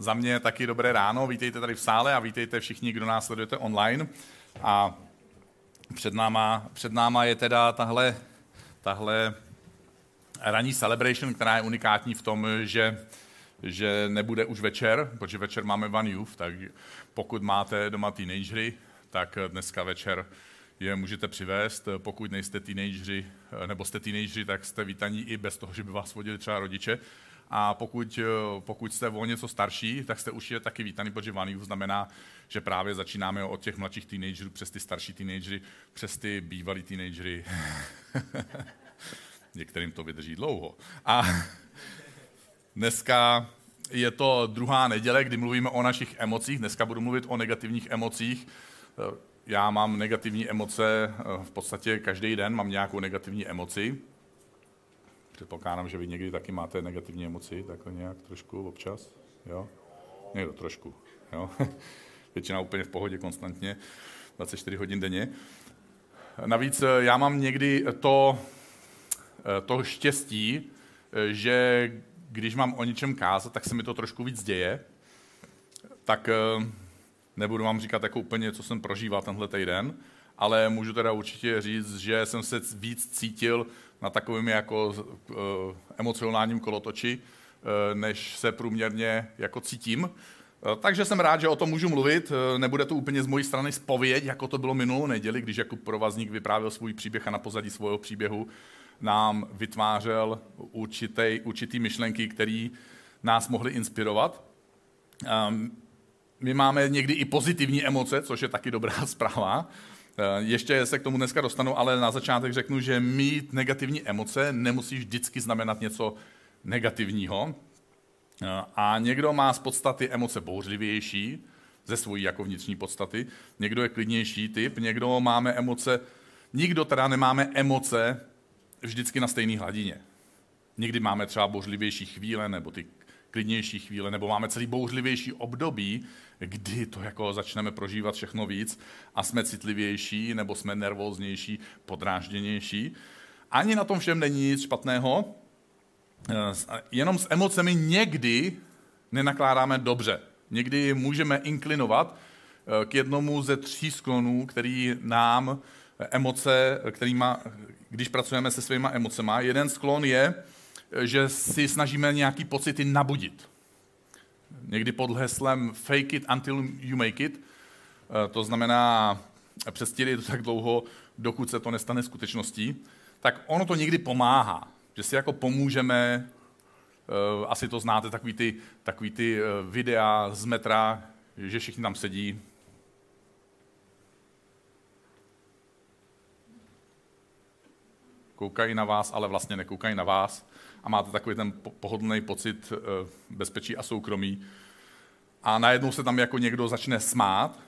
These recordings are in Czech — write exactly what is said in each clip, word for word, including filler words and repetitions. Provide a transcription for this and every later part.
za mě taky dobré ráno, vítejte tady v sále a vítejte všichni, kdo nás sledujete online. A před náma, před náma je teda tahle, tahle ranní celebration, která je unikátní v tom, že, že nebude už večer, protože večer máme One Youth, tak pokud máte doma teenagery, tak dneska večer je můžete přivést. Pokud nejste teenagery, nebo jste teenagery, tak jste vítaní i bez toho, že by vás vodili třeba rodiče. A pokud, pokud jste o něco starší, tak jste určitě taky vítaný, protože One Youth znamená, že právě začínáme od těch mladších teenagerů přes ty starší teenagery, přes ty bývalý teenagery. Některým to vydrží dlouho. A dneska je to druhá neděle, kdy mluvíme o našich emocích. Dneska budu mluvit o negativních emocích. Já mám negativní emoce v podstatě každý den, mám nějakou negativní emoci. Předpokládám, že vy někdy taky máte negativní emoci, takhle nějak trošku občas, jo? Někdo trošku, jo? Většina úplně v pohodě konstantně, dvacet čtyři hodin denně. Navíc já mám někdy to, to štěstí, že když mám o něčem kázat, tak se mi to trošku víc děje. Tak nebudu vám říkat jako úplně, co jsem prožíval tenhle týden, ale můžu teda určitě říct, že jsem se víc cítil na takovým jako uh, emocionálním kolotoči, uh, než se průměrně jako cítím. Uh, takže jsem rád, že o tom můžu mluvit. Uh, nebude to úplně z mojí strany zpověď, jako to bylo minulou neděli, když Jakub Provazník vyprávěl svůj příběh a na pozadí svého příběhu nám vytvářel určitý, určitý myšlenky, které nás mohly inspirovat. Um, my máme někdy i pozitivní emoce, což je taky dobrá zpráva. Ještě se k tomu dneska dostanu, ale na začátek řeknu, že mít negativní emoce nemusí vždycky znamenat něco negativního. A někdo má z podstaty emoce bouřlivější, ze svojí jako vnitřní podstaty, někdo je klidnější typ, někdo máme emoce, nikdo teda nemáme emoce vždycky na stejné hladině. Někdy máme třeba bouřlivější chvíle, nebo ty klidnější chvíle, nebo máme celý bouřlivější období, kdy to jako začneme prožívat všechno víc a jsme citlivější, nebo jsme nervóznější, podrážděnější. Ani na tom všem není nic špatného, jenom s emocemi někdy nenakládáme dobře. Někdy můžeme inklinovat k jednomu ze tří sklonů, který nám emoce, kterýma, když pracujeme se svýma emocema. Jeden sklon je, že si snažíme nějaký pocity nabudit. Někdy pod heslem fake it until you make it. To znamená, přestírat to tak dlouho, dokud se to nestane skutečností. Tak ono to někdy pomáhá. Že si jako pomůžeme, asi to znáte, takový ty, takový ty videa z metra, že všichni tam sedí. Koukají na vás, ale vlastně nekoukají na vás. A máte takový ten pohodlný pocit bezpečí a soukromí. A najednou se tam jako někdo začne smát.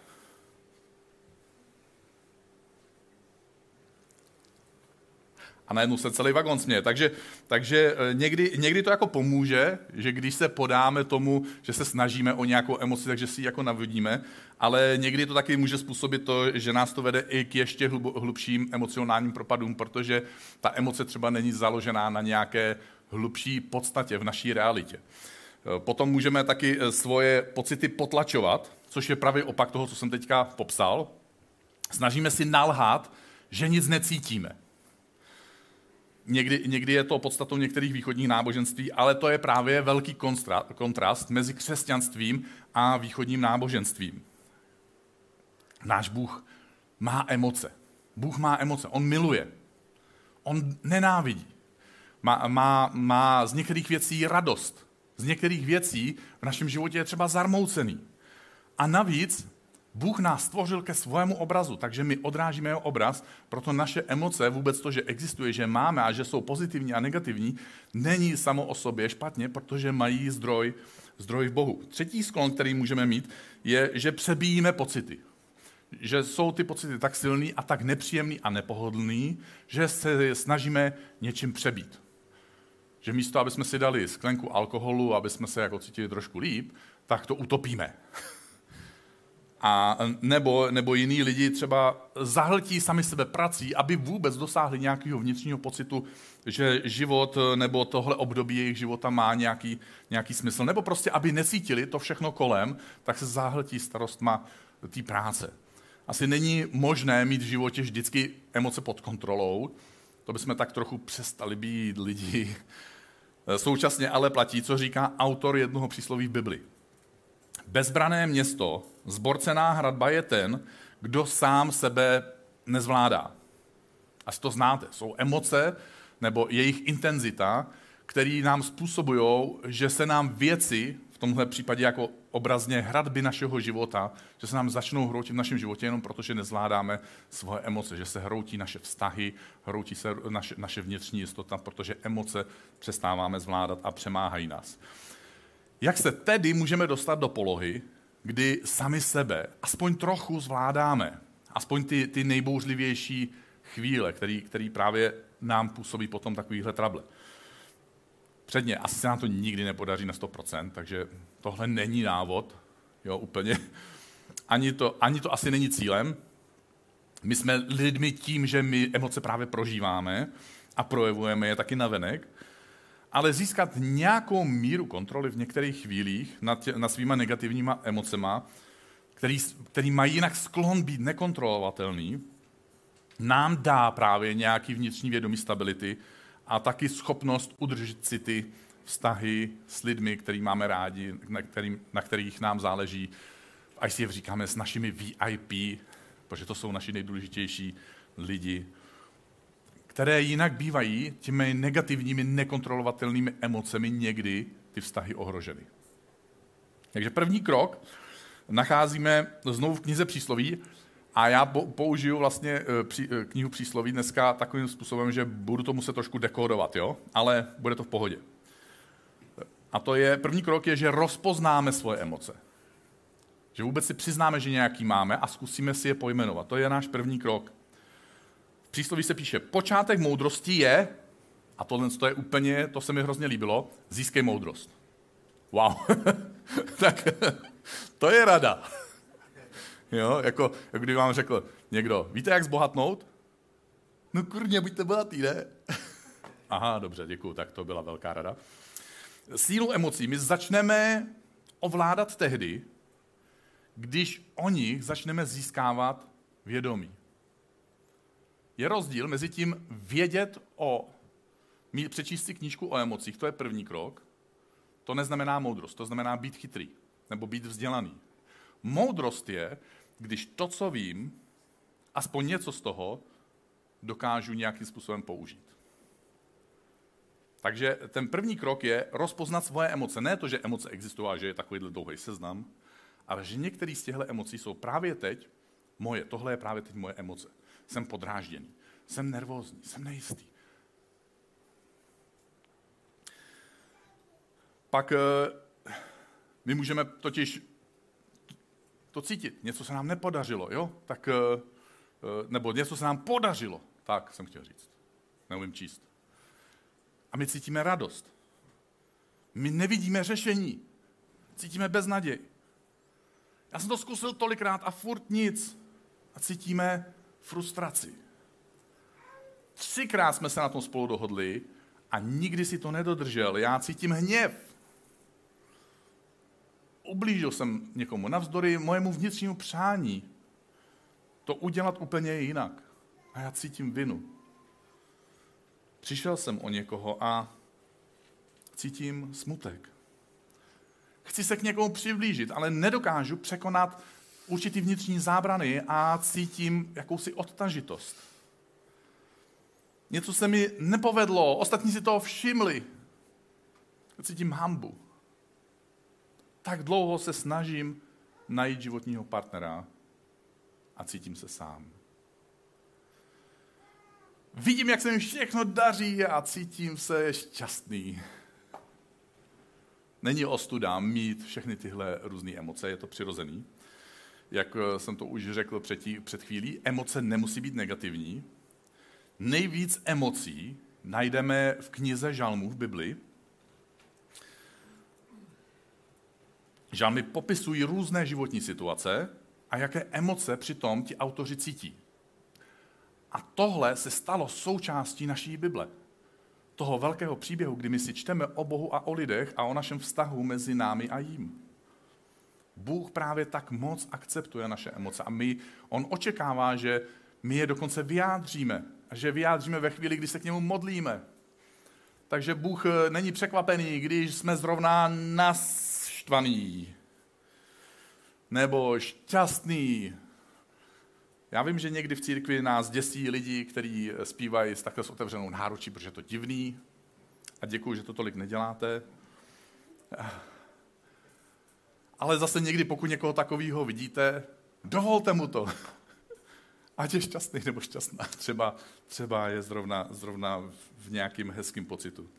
A najednou se celý vagon směje. Takže, takže někdy, někdy to jako pomůže, že když se podáme tomu, že se snažíme o nějakou emoci, takže si ji jako navodíme, ale někdy to taky může způsobit to, že nás to vede i k ještě hlubším emocionálním propadům, protože ta emoce třeba není založená na nějaké hlubší podstatě v naší realitě. Potom můžeme taky svoje pocity potlačovat, což je pravý opak toho, co jsem teďka popsal. Snažíme si nalhát, že nic necítíme. Někdy, někdy je to podstatou některých východních náboženství, ale to je právě velký kontrast mezi křesťanstvím a východním náboženstvím. Náš Bůh má emoce. Bůh má emoce, on miluje. On nenávidí. Má, má, má z některých věcí radost. Z některých věcí v našem životě je třeba zarmoucený. A navíc Bůh nás stvořil ke svému obrazu, takže my odrážíme jeho obraz, proto naše emoce, vůbec to, že existuje, že máme a že jsou pozitivní a negativní, není samo o sobě špatně, protože mají zdroj, zdroj v Bohu. Třetí sklon, který můžeme mít, je, že přebíjíme pocity. Že jsou ty pocity tak silný a tak nepříjemný a nepohodlný, že se snažíme něčím přebít. Že místo, aby jsme si dali sklenku alkoholu, aby jsme se jako cítili trošku líp, tak to utopíme. A nebo, nebo jiní lidi třeba zahltí sami sebe prací, aby vůbec dosáhli nějakého vnitřního pocitu, že život nebo tohle období jejich života má nějaký, nějaký smysl. Nebo prostě, aby necítili to všechno kolem, tak se zahltí starostma té práce. Asi není možné mít v životě vždycky emoce pod kontrolou, to bychom tak trochu přestali být lidi. Současně ale platí, co říká autor jednoho přísloví v Bibli. Bezbrané město, zborcená hradba je ten, kdo sám sebe nezvládá. Asi to znáte. Jsou emoce nebo jejich intenzita, které nám způsobují, že se nám věci, v tomhle případě jako obrazně hradby našeho života, že se nám začnou hroutit v našem životě jenom proto, že nezvládáme svoje emoce, že se hroutí naše vztahy, hroutí se naše, naše vnitřní jistota, protože emoce přestáváme zvládat a přemáhají nás. Jak se tedy můžeme dostat do polohy, kdy sami sebe aspoň trochu zvládáme, aspoň ty, ty nejbouřlivější chvíle, který, který právě nám působí potom takovýhle trable. Předně, asi se nám to nikdy nepodaří na sto procent, takže tohle není návod, jo, úplně. Ani to, ani to asi není cílem. My jsme lidmi tím, že my emoce právě prožíváme a projevujeme je taky navenek, ale získat nějakou míru kontroly v některých chvílích nad, tě, nad svýma negativníma emocema, který, který mají jinak sklon být nekontrolovatelný, nám dá právě nějaký vnitřní vědomí stability a taky schopnost udržet si ty vztahy s lidmi, který máme rádi, na, kterým, na kterých nám záleží. V I C F říkáme s našimi V I P, protože to jsou naši nejdůležitější lidi, které jinak bývají těmi negativními, nekontrolovatelnými emocemi někdy ty vztahy ohroženy. Takže první krok nacházíme znovu v knize Přísloví a já použiju vlastně knihu Přísloví dneska takovým způsobem, že budu to muset trošku dekódovat, jo? Ale bude to v pohodě. A to je, první krok je, že rozpoznáme svoje emoce. Že vůbec si přiznáme, že nějaký máme a zkusíme si je pojmenovat. To je náš první krok. V Přísloví se píše, počátek moudrosti je, a tohle je úplně, to se mi hrozně líbilo, získej moudrost. Wow. Tak to je rada. Jo, jako, jako kdyby vám řekl někdo, víte, jak zbohatnout? No kurně, buďte bohatý, ne? Aha, dobře, děkuju, tak to byla velká rada. Sílu emocí my začneme ovládat tehdy, když o nich začneme získávat vědomí. Je rozdíl mezi tím vědět o, přečíst si knížku o emocích, to je první krok, to neznamená moudrost, to znamená být chytrý, nebo být vzdělaný. Moudrost je, když to, co vím, aspoň něco z toho, dokážu nějakým způsobem použít. Takže ten první krok je rozpoznat svoje emoce. Ne to, že emoce existují a že je takovýhle dlouhý seznam, ale že některé z těchto emocí jsou právě teď moje. Tohle je právě teď moje emoce. Jsem podrážděný, jsem nervózní, jsem nejistý. Pak my můžeme totiž to cítit. Něco se nám nepodařilo, jo? Tak, nebo něco se nám podařilo. Tak jsem chtěl říct. Neumím číst. A my cítíme radost. My nevidíme řešení. Cítíme beznaděj. Já jsem to zkusil tolikrát a furt nic. A cítíme frustraci. Třikrát jsme se na tom spolu dohodli a nikdy si to nedodržel. Já cítím hněv. Ublížil jsem někomu navzdory mojemu vnitřnímu přání to udělat úplně jinak. A já cítím vinu. Přišel jsem o někoho a cítím smutek. Chci se k někomu přiblížit, ale nedokážu překonat určitý vnitřní zábrany a cítím jakousi odtažitost. Něco se mi nepovedlo, ostatní si toho všimli. Cítím hanbu. Tak dlouho se snažím najít životního partnera a cítím se sám. Vidím, jak se mi všechno daří a cítím se šťastný. Není ostuda mít všechny tyhle různé emoce, je to přirozený. Jak jsem to už řekl před, tí, před chvílí, emoce nemusí být negativní. Nejvíc emocí najdeme v knize Žalmů v Bibli. Žalmy popisují různé životní situace a jaké emoce přitom ti autoři cítí. A tohle se stalo součástí naší Bible. Toho velkého příběhu, kdy my si čteme o Bohu a o lidech a o našem vztahu mezi námi a jím. Bůh právě tak moc akceptuje naše emoce a my, on očekává, že my je dokonce vyjádříme. A že vyjádříme ve chvíli, kdy se k němu modlíme. Takže Bůh není překvapený, když jsme zrovna naštvaný. Nebo šťastný. Já vím, že někdy v církvi nás děsí lidi, kteří zpívají s takhle s otevřenou náručí, protože je to divný. A děkuju, že to tolik neděláte. Ale zase někdy, pokud někoho takového vidíte, dovolte mu to. Ať je šťastný nebo šťastná. Třeba, třeba je zrovna, zrovna v nějakým hezkým pocitu.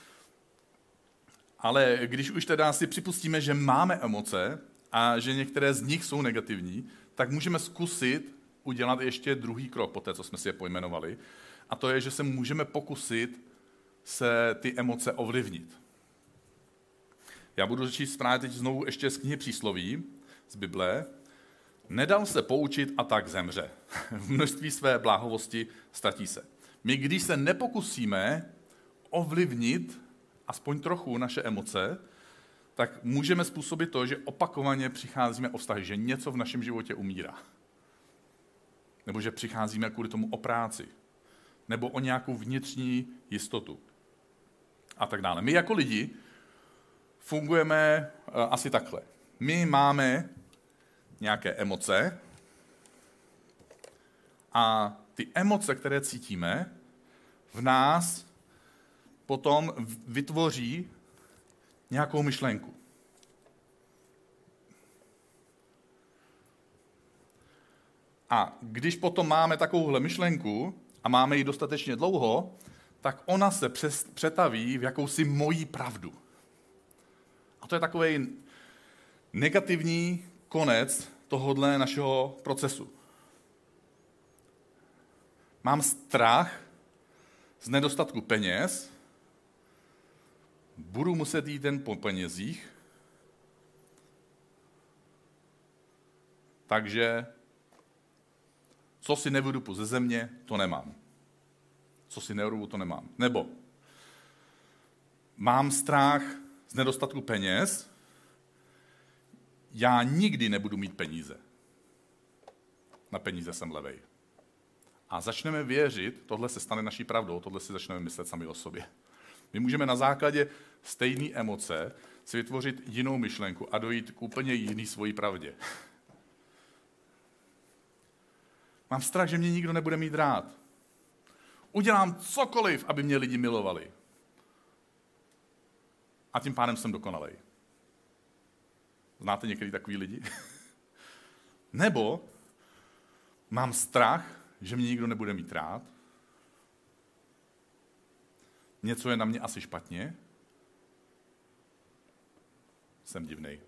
Ale když už teda si připustíme, že máme emoce a že některé z nich jsou negativní, tak můžeme zkusit udělat ještě druhý krok po té, co jsme si je pojmenovali. A to je, že se můžeme pokusit se ty emoce ovlivnit. Já budu začít právě teď znovu ještě z knihy Přísloví, z Bible. Nedal se poučit a tak zemře. V množství své bláhovosti ztratí se. My, když se nepokusíme ovlivnit aspoň trochu naše emoce, tak můžeme způsobit to, že opakovaně přicházíme o vztahy, že něco v našem životě umírá. Nebo že přicházíme kvůli tomu o práci. Nebo o nějakou vnitřní jistotu. A tak dále. My jako lidi fungujeme asi takhle. My máme nějaké emoce a ty emoce, které cítíme, v nás potom vytvoří nějakou myšlenku. A když potom máme takovouhle myšlenku a máme ji dostatečně dlouho, tak ona se přes, přetaví v jakousi mojí pravdu. A to je takový negativní konec tohodle našeho procesu. Mám strach z nedostatku peněz, budu muset jít jen po penězích, takže co si nevydupu ze země, to nemám. Co si neurvu, to nemám. Nebo mám strach z nedostatku peněz, já nikdy nebudu mít peníze. Na peníze jsem levej. A začneme věřit, tohle se stane naší pravdou, tohle si začneme myslet sami o sobě. My můžeme na základě stejné emoce si vytvořit jinou myšlenku a dojít k úplně jiný svojí pravdě. Mám strach, že mě nikdo nebude mít rád. Udělám cokoliv, aby mě lidi milovali. A tím pádem jsem dokonalej. Znáte některý takový lidi? Nebo mám strach, že mě nikdo nebude mít rád. Něco je na mě asi špatně. Jsem divnej.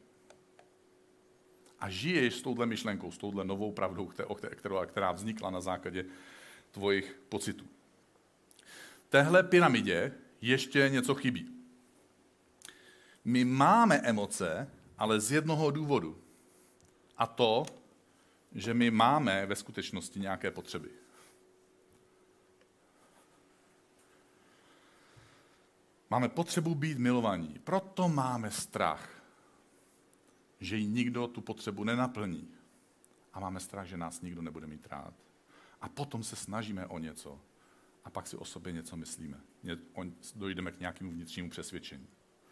A žiješ s touhle myšlenkou, s touhle novou pravdou, která vznikla na základě tvojich pocitů. Téhle pyramidě ještě něco chybí. My máme emoce, ale z jednoho důvodu. A to, že my máme ve skutečnosti nějaké potřeby. Máme potřebu být milovaní, proto máme strach, že jí nikdo tu potřebu nenaplní. A máme strach, že nás nikdo nebude mít rád. A potom se snažíme o něco. A pak si o sobě něco myslíme. Dojdeme k nějakému vnitřnímu přesvědčení.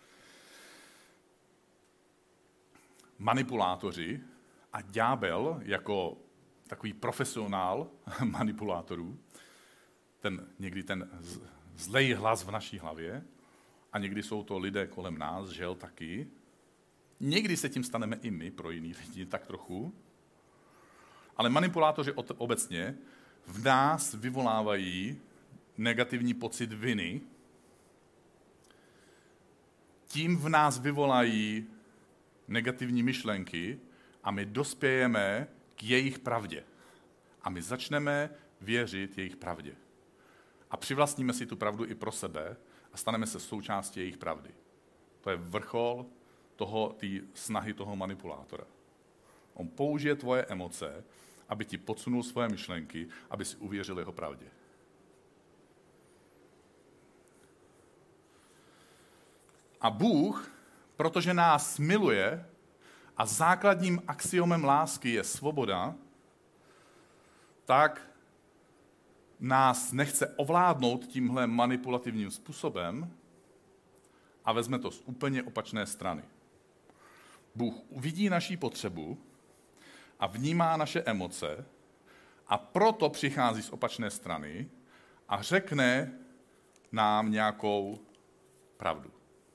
Manipulátoři a ďábel jako takový profesionál manipulátorů, ten, někdy ten zlej hlas v naší hlavě, a někdy jsou to lidé kolem nás, žel taky. Někdy se tím staneme i my, pro jiný lidi, tak trochu. Ale manipulátoři obecně v nás vyvolávají negativní pocit viny. Tím v nás vyvolají negativní myšlenky a my dospějeme k jejich pravdě. A my začneme věřit jejich pravdě. A přivlastníme si tu pravdu i pro sebe a staneme se součástí jejich pravdy. To je vrchol toho, té snahy toho manipulátora. On použije tvoje emoce, aby ti podsunul svoje myšlenky, aby si uvěřil jeho pravdě. A Bůh, protože nás miluje a základním axiomem lásky je svoboda, tak nás nechce ovládnout tímhle manipulativním způsobem a vezme to z úplně opačné strany. Bůh uvidí naši potřebu a vnímá naše emoce a proto přichází z opačné strany a řekne nám nějakou pravdu.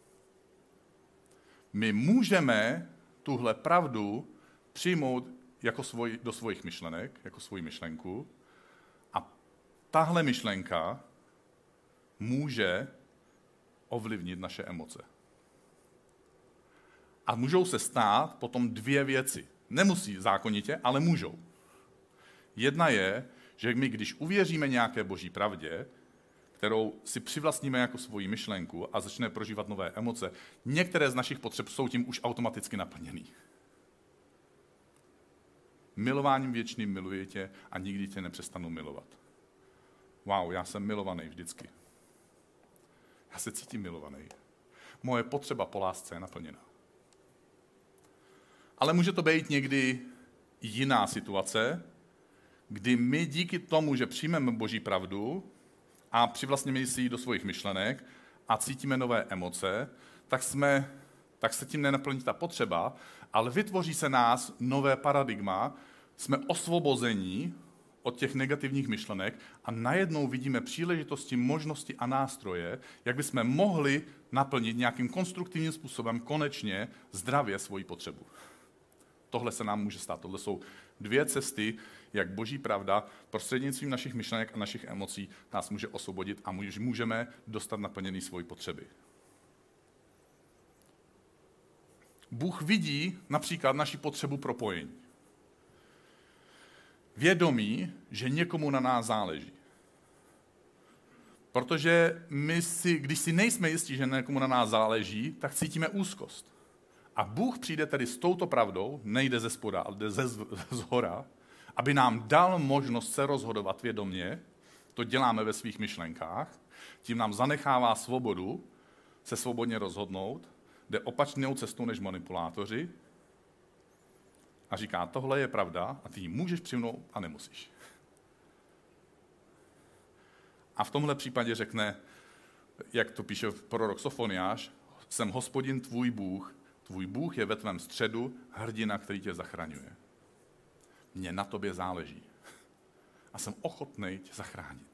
My můžeme tuhle pravdu přijmout jako svoj, do svých myšlenek, jako svoji myšlenku a tahle myšlenka může ovlivnit naše emoce. A můžou se stát potom dvě věci. Nemusí zákonitě, ale můžou. Jedna je, že my, když uvěříme nějaké boží pravdě, kterou si přivlastníme jako svoji myšlenku a začneme prožívat nové emoce, některé z našich potřeb jsou tím už automaticky naplněný. Milováním věčným miluji tě a nikdy tě nepřestanu milovat. Wow, já jsem milovaný vždycky. Já se cítím milovaný. Moje potřeba po lásce je naplněna. Ale může to být někdy jiná situace, kdy my díky tomu, že přijmeme boží pravdu a přivlastníme si ji do svých myšlenek a cítíme nové emoce, tak, jsme, tak se tím nenaplní ta potřeba, ale vytvoří se nás nové paradigma, jsme osvobození od těch negativních myšlenek a najednou vidíme příležitosti, možnosti a nástroje, jak bychom mohli naplnit nějakým konstruktivním způsobem konečně zdravě svoji potřebu. Tohle se nám může stát. Tohle jsou dvě cesty, jak boží pravda prostřednictvím našich myšlenek a našich emocí nás může osvobodit a můžeme dostat naplněný svoji potřeby. Bůh vidí například naši potřebu propojení. Vědomí, že někomu na nás záleží. Protože my si, když si nejsme jistí, že někomu na nás záleží, tak cítíme úzkost. A Bůh přijde tedy s touto pravdou, nejde ze spoda, ale jde ze zhora, aby nám dal možnost se rozhodovat vědomě, to děláme ve svých myšlenkách, tím nám zanechává svobodu se svobodně rozhodnout, jde opačnou cestou než manipulátoři a říká, tohle je pravda a ty ji můžeš přijmout a nemusíš. A v tomhle případě řekne, jak to píše prorok Sofoniáš, jsem Hospodin tvůj Bůh, tvůj Bůh je ve tvém středu hrdina, který tě zachraňuje. Mně na tobě záleží. A jsem ochotnej tě zachránit.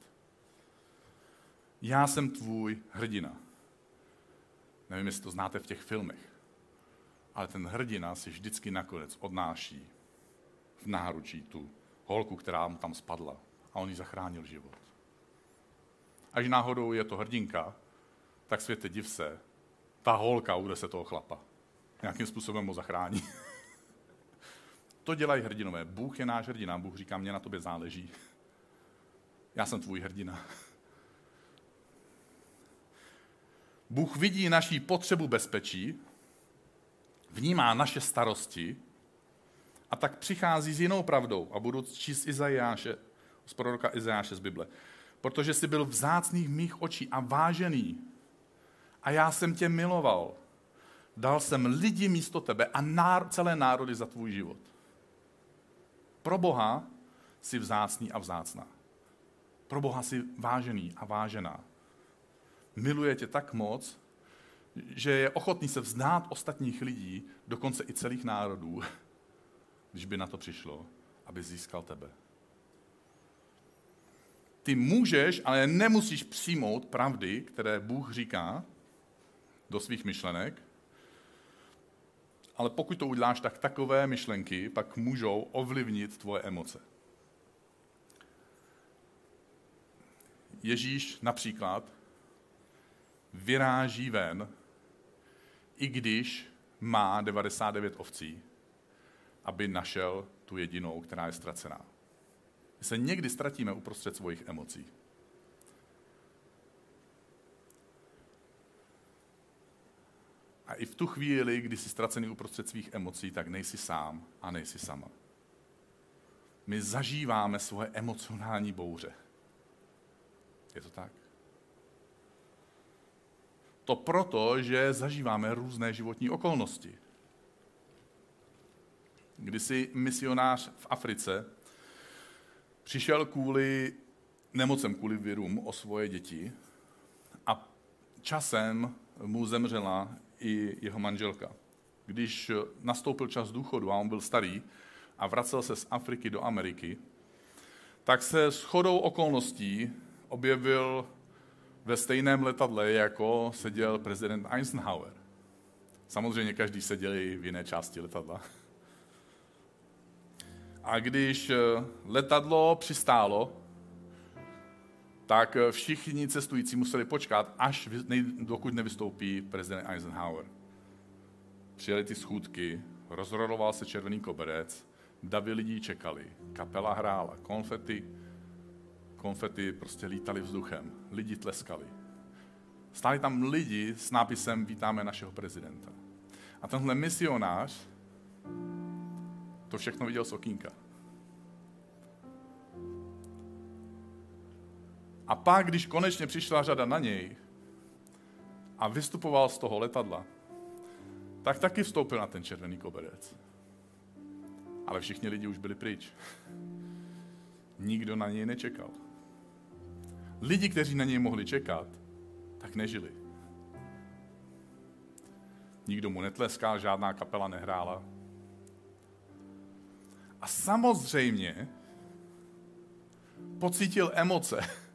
Já jsem tvůj hrdina. Nevím, jestli to znáte v těch filmech, ale ten hrdina si vždycky nakonec odnáší v náručí tu holku, která mu tam spadla. A on jí zachránil život. Až náhodou je to hrdinka, tak světe div se, ta holka ude se toho chlapa. Nějakým způsobem ho zachrání. To dělají hrdinové. Bůh je náš hrdina. Bůh říká, mně na tobě záleží. Já jsem tvůj hrdina. Bůh vidí naši potřebu bezpečí, vnímá naše starosti a tak přichází s jinou pravdou. A budu číst Izajáše, z proroka Izajáše z Bible. Protože jsi byl vzácný v mých očí a vážený. A já jsem tě miloval. Dal jsem lidi místo tebe a náro, celé národy za tvůj život. Pro Boha jsi vzácný a vzácná. Pro Boha jsi vážený a vážená. Miluje tě tak moc, že je ochotný se vzdát ostatních lidí, dokonce i celých národů, když by na to přišlo, aby získal tebe. Ty můžeš, ale nemusíš přijmout pravdy, které Bůh říká do svých myšlenek, ale pokud to uděláš, tak takové myšlenky pak můžou ovlivnit tvoje emoce. Ježíš například vyráží ven, i když má devadesát devět ovcí, aby našel tu jedinou, která je ztracená. My se někdy ztratíme uprostřed svých emocí. A i v tu chvíli, kdy jsi ztracený uprostřed svých emocí, tak nejsi sám a nejsi sama. My zažíváme svoje emocionální bouře. Je to tak? To proto, že zažíváme různé životní okolnosti. Kdysi misionář v Africe přišel kvůli nemocem, kvůli virům o svoje děti a časem mu zemřela i jeho manželka. Když nastoupil čas důchodu a on byl starý a vracel se z Afriky do Ameriky, tak se shodou okolností objevil ve stejném letadle, jako seděl prezident Eisenhower. Samozřejmě každý seděl i v jiné části letadla. A když letadlo přistálo, tak všichni cestující museli počkat, až dokud nevystoupí prezident Eisenhower. Přijeli ty schůdky, rozroloval se červený koberec, davy lidí čekali, kapela hrála, konfety, konfety prostě lítaly vzduchem, lidi tleskali. Stáli tam lidi s nápisem Vítáme našeho prezidenta. A tenhle misionář to všechno viděl z okýnka. A pak, když konečně přišla řada na něj a vystupoval z toho letadla, tak taky vstoupil na ten červený koberec. Ale všichni lidi už byli pryč. Nikdo na něj nečekal. Lidi, kteří na něj mohli čekat, tak nežili. Nikdo mu netleskal, žádná kapela nehrála. A samozřejmě pocítil emoce.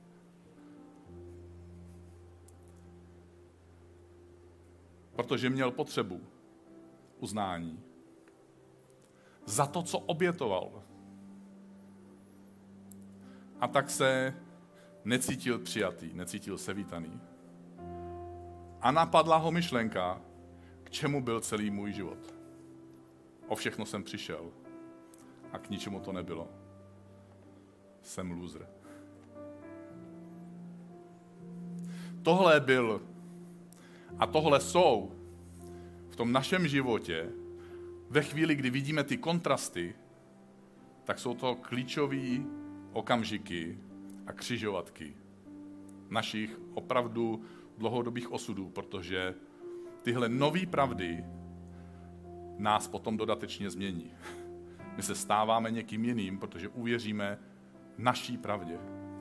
Protože měl potřebu uznání za to, co obětoval. A tak se necítil přijatý, necítil se vítaný. A napadla ho myšlenka, k čemu byl celý můj život. O všechno jsem přišel a k ničemu to nebylo. Jsem loser. Tohle byl a tohle jsou v tom našem životě, ve chvíli, kdy vidíme ty kontrasty, tak jsou to klíčové okamžiky a křižovatky našich opravdu dlouhodobých osudů, protože tyhle nové pravdy nás potom dodatečně změní. My se stáváme někým jiným, protože uvěříme naší pravdě.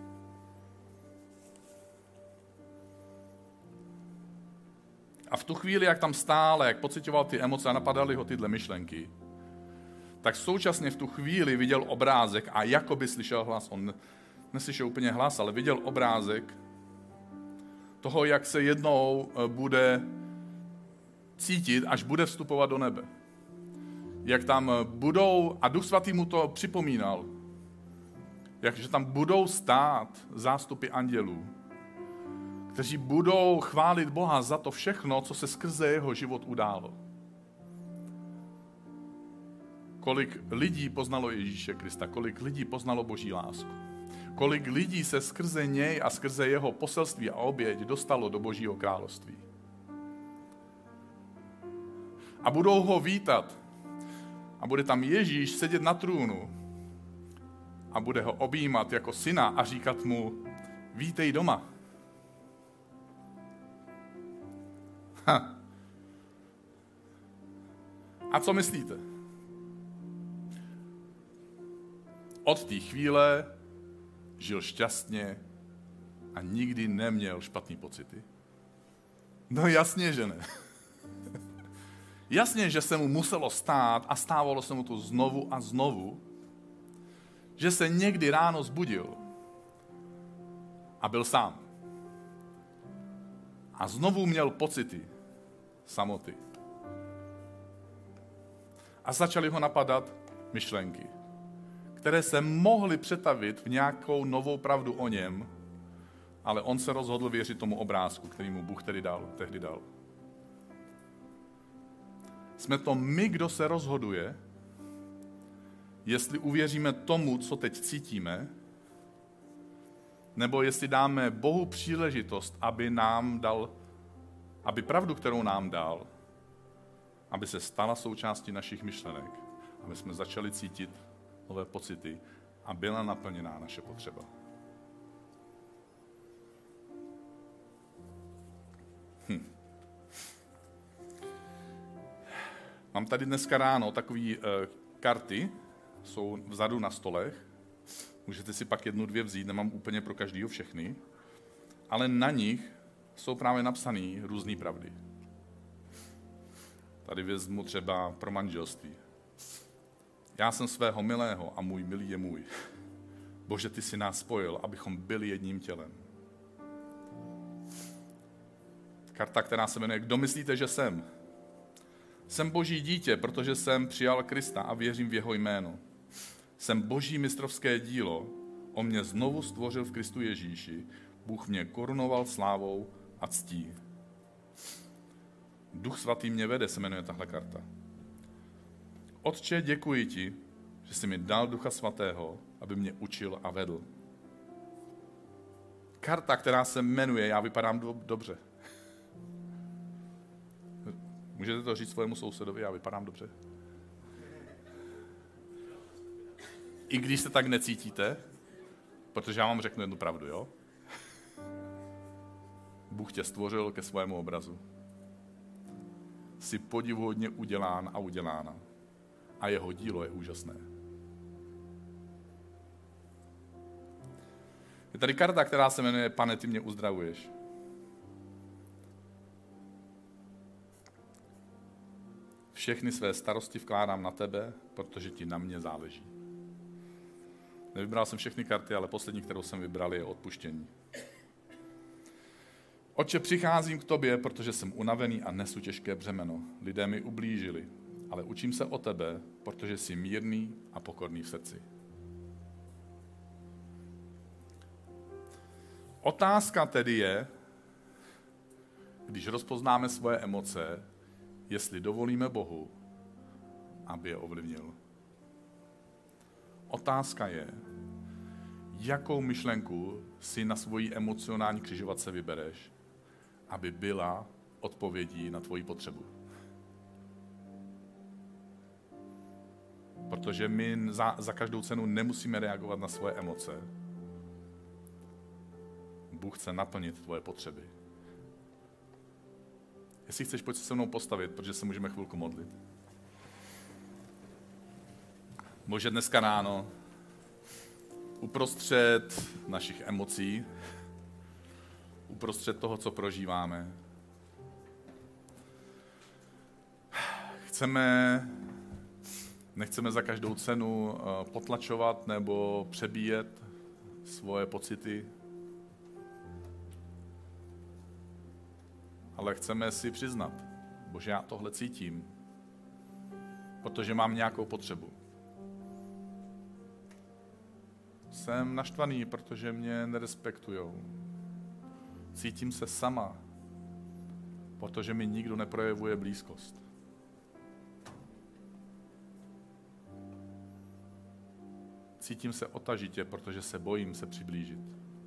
A v tu chvíli, jak tam stále, jak pocitoval ty emoce a napadaly ho tyhle myšlenky, tak současně v tu chvíli viděl obrázek a jakoby slyšel hlas. On neslyšel úplně hlas, ale viděl obrázek toho, jak se jednou bude cítit, až bude vstupovat do nebe. Jak tam budou, a Duch Svatý mu to připomínal, jakže tam budou stát zástupy andělů, kteří budou chválit Boha za to všechno, co se skrze jeho život událo. Kolik lidí poznalo Ježíše Krista, kolik lidí poznalo Boží lásku. Kolik lidí se skrze něj a skrze jeho poselství a oběť dostalo do Božího království. A budou ho vítat. A bude tam Ježíš sedět na trůnu. A bude ho objímat jako syna a říkat mu, vítej doma. Ha. A co myslíte? Od té chvíle žil šťastně a nikdy neměl špatný pocity? No jasně, že ne. Jasně, že se mu muselo stát a stávalo se mu to znovu a znovu, že se někdy ráno zbudil a byl sám. A znovu měl pocity samoty. A začaly ho napadat myšlenky, které se mohly přetavit v nějakou novou pravdu o něm, ale on se rozhodl věřit tomu obrázku, který mu Bůh tedy dal, tehdy dal. Jsme to my, kdo se rozhoduje, jestli uvěříme tomu, co teď cítíme, nebo jestli dáme Bohu příležitost, aby nám dal, aby pravdu, kterou nám dal, aby se stala součástí našich myšlenek, aby jsme začali cítit nové pocity a byla naplněná naše potřeba. Hm. Mám tady dneska ráno takové e, karty, jsou vzadu na stolech. Můžete si pak jednu, dvě vzít, nemám úplně pro každýho všechny, ale na nich jsou právě napsané různé pravdy. Tady vezmu třeba pro manželství. Já jsem svého milého a můj milý je můj. Bože, ty jsi nás spojil, abychom byli jedním tělem. Karta, která se jmenuje Kdo myslíte, že jsem? Jsem Boží dítě, protože jsem přijal Krista a věřím v jeho jméno. Jsem Boží mistrovské dílo, on mě znovu stvořil v Kristu Ježíši, Bůh mě korunoval slávou a ctí. Duch svatý mě vede, se jmenuje tahle karta. Otče, děkuji ti, že jsi mi dal Ducha svatého, aby mě učil a vedl. Karta, která se jmenuje Já vypadám do- dobře. Můžete to říct svému sousedovi, já vypadám dobře. I když se tak necítíte, protože já vám řeknu jednu pravdu, jo? Bůh tě stvořil ke svému obrazu. Jsi podivuhodně udělán a udělána. A jeho dílo je úžasné. Je tady karta, která se jmenuje Pane, ty mě uzdravuješ. Všechny své starosti vkládám na tebe, protože ti na mě záleží. Nevybral jsem všechny karty, ale poslední, kterou jsem vybral, je odpuštění. Otče, přicházím k tobě, protože jsem unavený a nesu těžké břemeno. Lidé mi ublížili, ale učím se o tebe, protože jsi mírný a pokorný v srdci. Otázka tedy je, když rozpoznáme svoje emoce, jestli dovolíme Bohu, aby je ovlivnil. Otázka je, jakou myšlenku si na svoji emocionální křižovatce vybereš, aby byla odpovědí na tvoji potřebu. Protože my za, za každou cenu nemusíme reagovat na svoje emoce. Bůh chce naplnit tvoje potřeby. Jestli chceš, pojď se se mnou postavit, protože se můžeme chvilku modlit. Bože, dneska ráno, uprostřed našich emocí, uprostřed toho, co prožíváme, chceme, nechceme za každou cenu potlačovat nebo přebíjet svoje pocity, ale chceme si přiznat, Bože, já tohle cítím, protože mám nějakou potřebu. Jsem naštvaný, protože mě nerespektujou. Cítím se sama, protože mi nikdo neprojevuje blízkost. Cítím se otažitě, protože se bojím se přiblížit.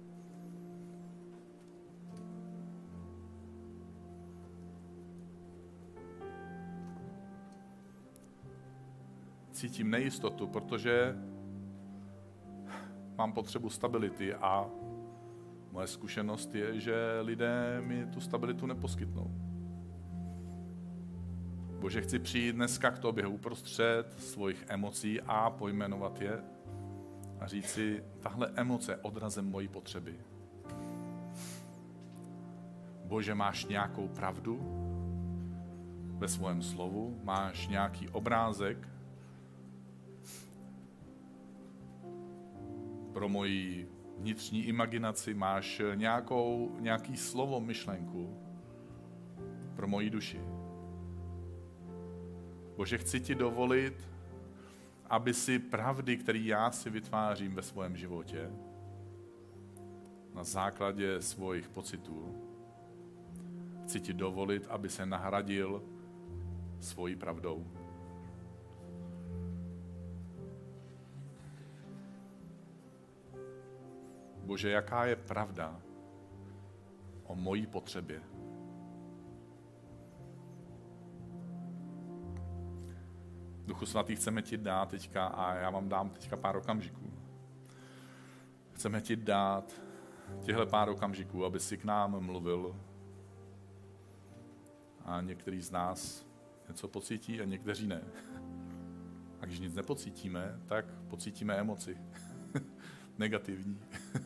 Cítím nejistotu, protože mám potřebu stability a moje zkušenost je, že lidé mi tu stabilitu neposkytnou. Bože, chci přijít dneska k tobě uprostřed svých emocí a pojmenovat je a říct si, tahle emoce je odrazem mojí potřeby. Bože, máš nějakou pravdu ve svém slovu, máš nějaký obrázek pro moji vnitřní imaginaci, máš nějakou, nějaký slovo, myšlenku pro moji duši. Bože, chci ti dovolit, aby si pravdy, které já si vytvářím ve svém životě, na základě svých pocitů, chci ti dovolit, aby se nahradil svojí pravdou. Bože, jaká je pravda o mojí potřebě? Duchu svatý, chceme ti dát teďka, a já vám dám teďka pár okamžiků. Chceme ti dát těhle pár okamžiků, aby si k nám mluvil. A některý z nás něco pocítí a někteří ne. A když nic nepocítíme, tak pocítíme emoci. Negativní.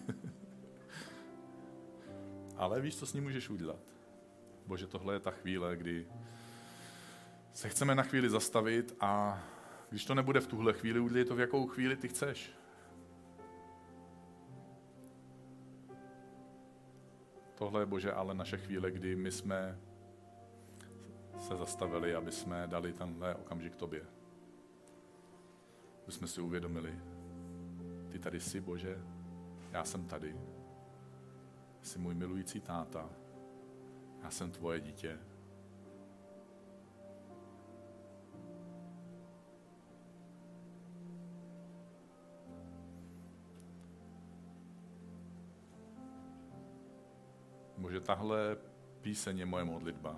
Ale víš, co s ním můžeš udělat? Bože, tohle je ta chvíle, kdy se chceme na chvíli zastavit a když to nebude v tuhle chvíli, udělej to v jakou chvíli ty chceš. Tohle je, Bože, ale naše chvíle, kdy my jsme se zastavili, aby jsme dali tenhle okamžik tobě. Aby jsme si uvědomili, ty tady jsi, Bože, já jsem tady. Jsi můj milující táta, já jsem tvoje dítě. Bože, tahle píseň je moje modlitba.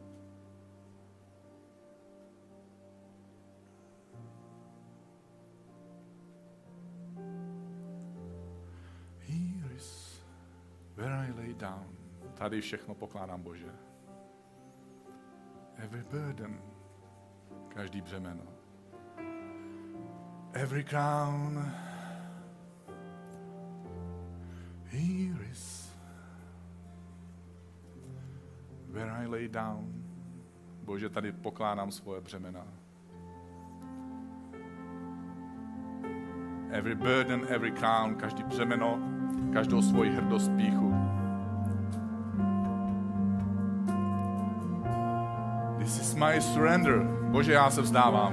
Here is where I lay down. Tady všechno pokládám, Bože. Every burden, každý břemeno. Every crown. Here is where I lay down. Bože, tady pokládám svoje břemena. Every burden, every crown, každý břemeno, každou svoji hrdost, pýchu. This is my surrender. Bože, já se vzdávám.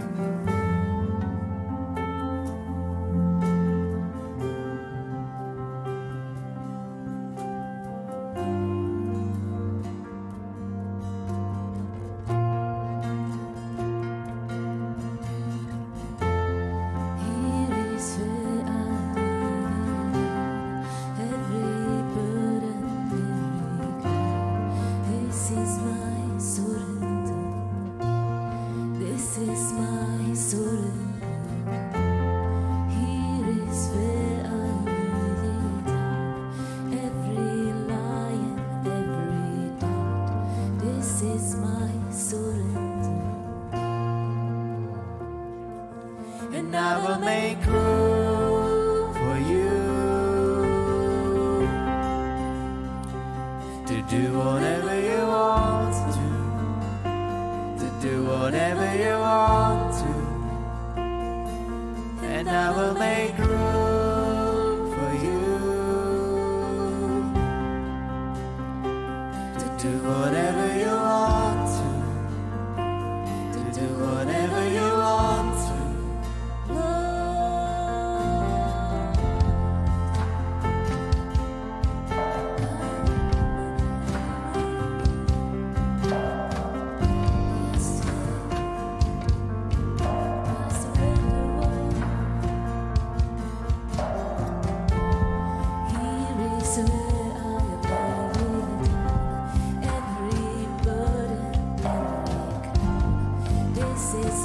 This is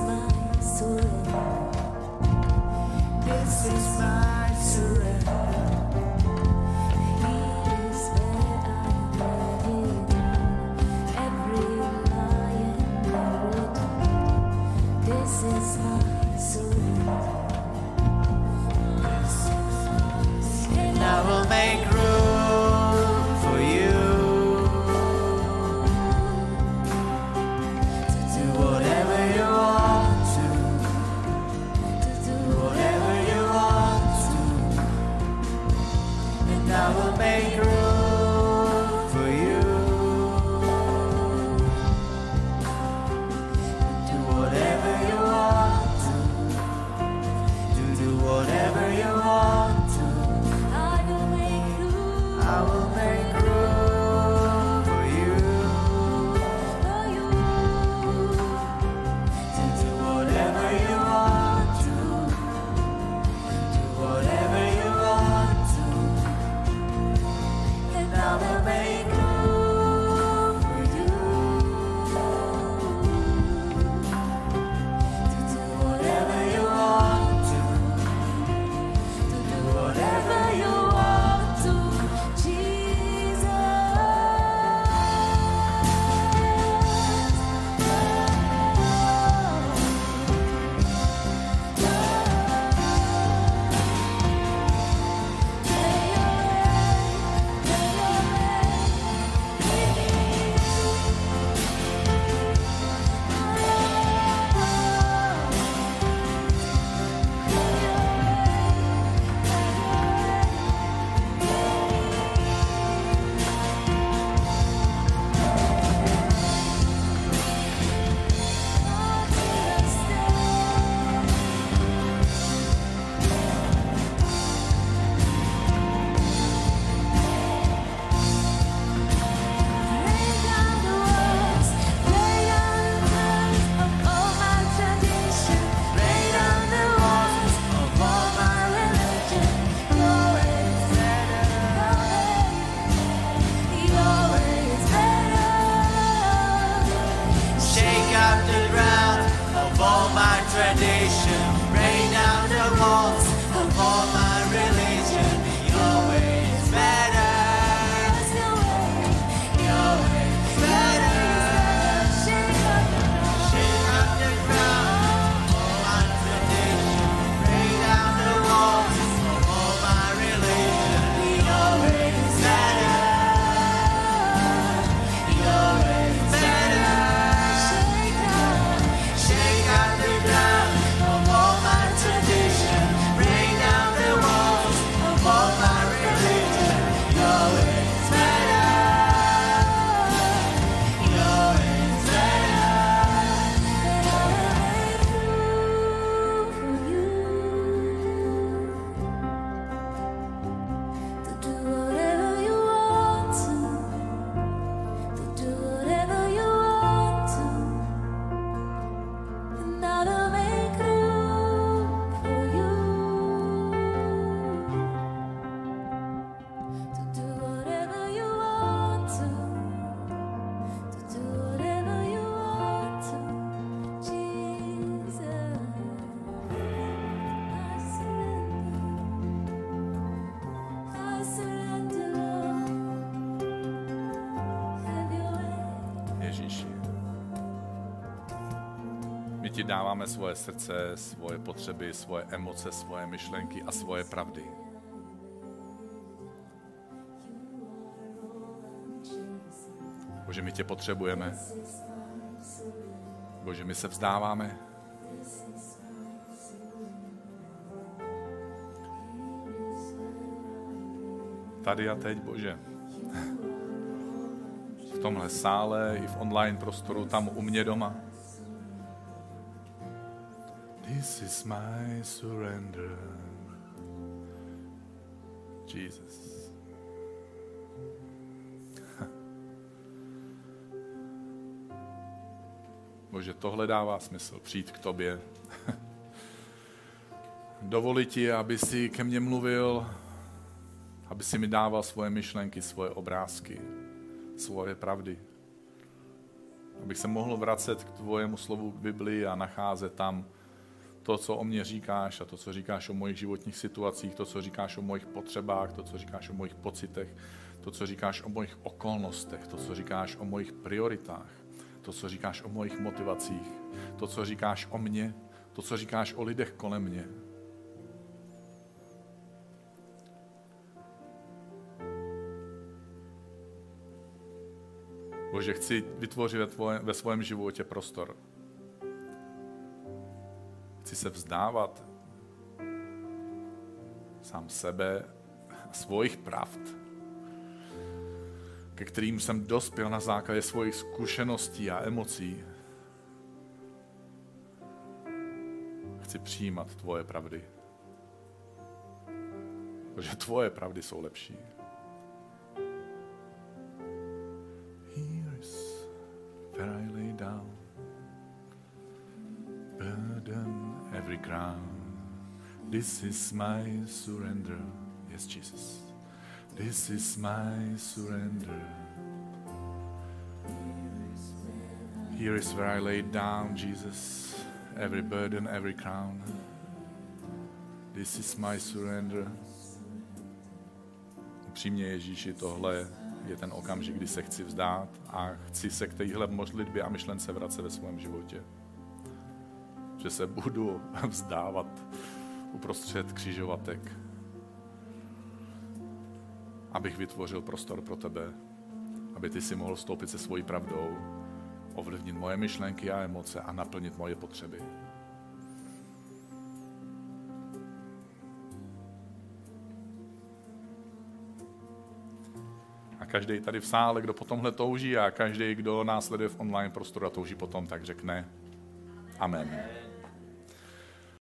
Ježíši. My ti dáváme svoje srdce, svoje potřeby, svoje emoce, svoje myšlenky a svoje pravdy. Bože, my tě potřebujeme. Bože, my se vzdáváme. Tady a teď, Bože. V tomhle sále i v online prostoru, tam u mě doma. This is my surrender. Jesus. Bože, tohle dává smysl, přijít k tobě. Dovolit ti, aby si ke mně mluvil, aby si mi dával svoje myšlenky, svoje obrázky, svoje pravdy. Abych se mohl vracet k tvojemu slovu, k Biblii a nacházet tam to, co o mně říkáš a to, co říkáš o mojich životních situacích, to, co říkáš o mojich potřebách, to, co říkáš o mojich pocitech, to, co říkáš o mojich okolnostech, to, co říkáš o mojich prioritách, to, co říkáš o mojich motivacích, to, co říkáš o mně, to, co říkáš o lidech kolem mě. Bože, chci vytvořit ve, tvoje, ve svém životě prostor. Chci se vzdávat sám sebe a svojich pravd, ke kterým jsem dospěl na základě svojich zkušeností a emocí. Chci přijímat tvoje pravdy. Protože tvoje pravdy jsou lepší. Here is where I lay down, burden every crown. This is my surrender. Yes, Jesus. This is my surrender. Here is where I lay down, Jesus, every burden, every crown. This is my surrender. Upřímně, Ježíši, tohle je ten okamžik, kdy se chci vzdát a chci se k téhle modlitbě a myšlence vracet ve svém životě. Že se budu vzdávat uprostřed křižovatek, abych vytvořil prostor pro tebe, aby ty si mohl vstoupit se svojí pravdou, ovlivnit moje myšlenky a emoce a naplnit moje potřeby. A každý tady v sále, kdo po tomhle touží a každý, kdo nás sleduje v online prostoru a touží potom, tak řekne amen.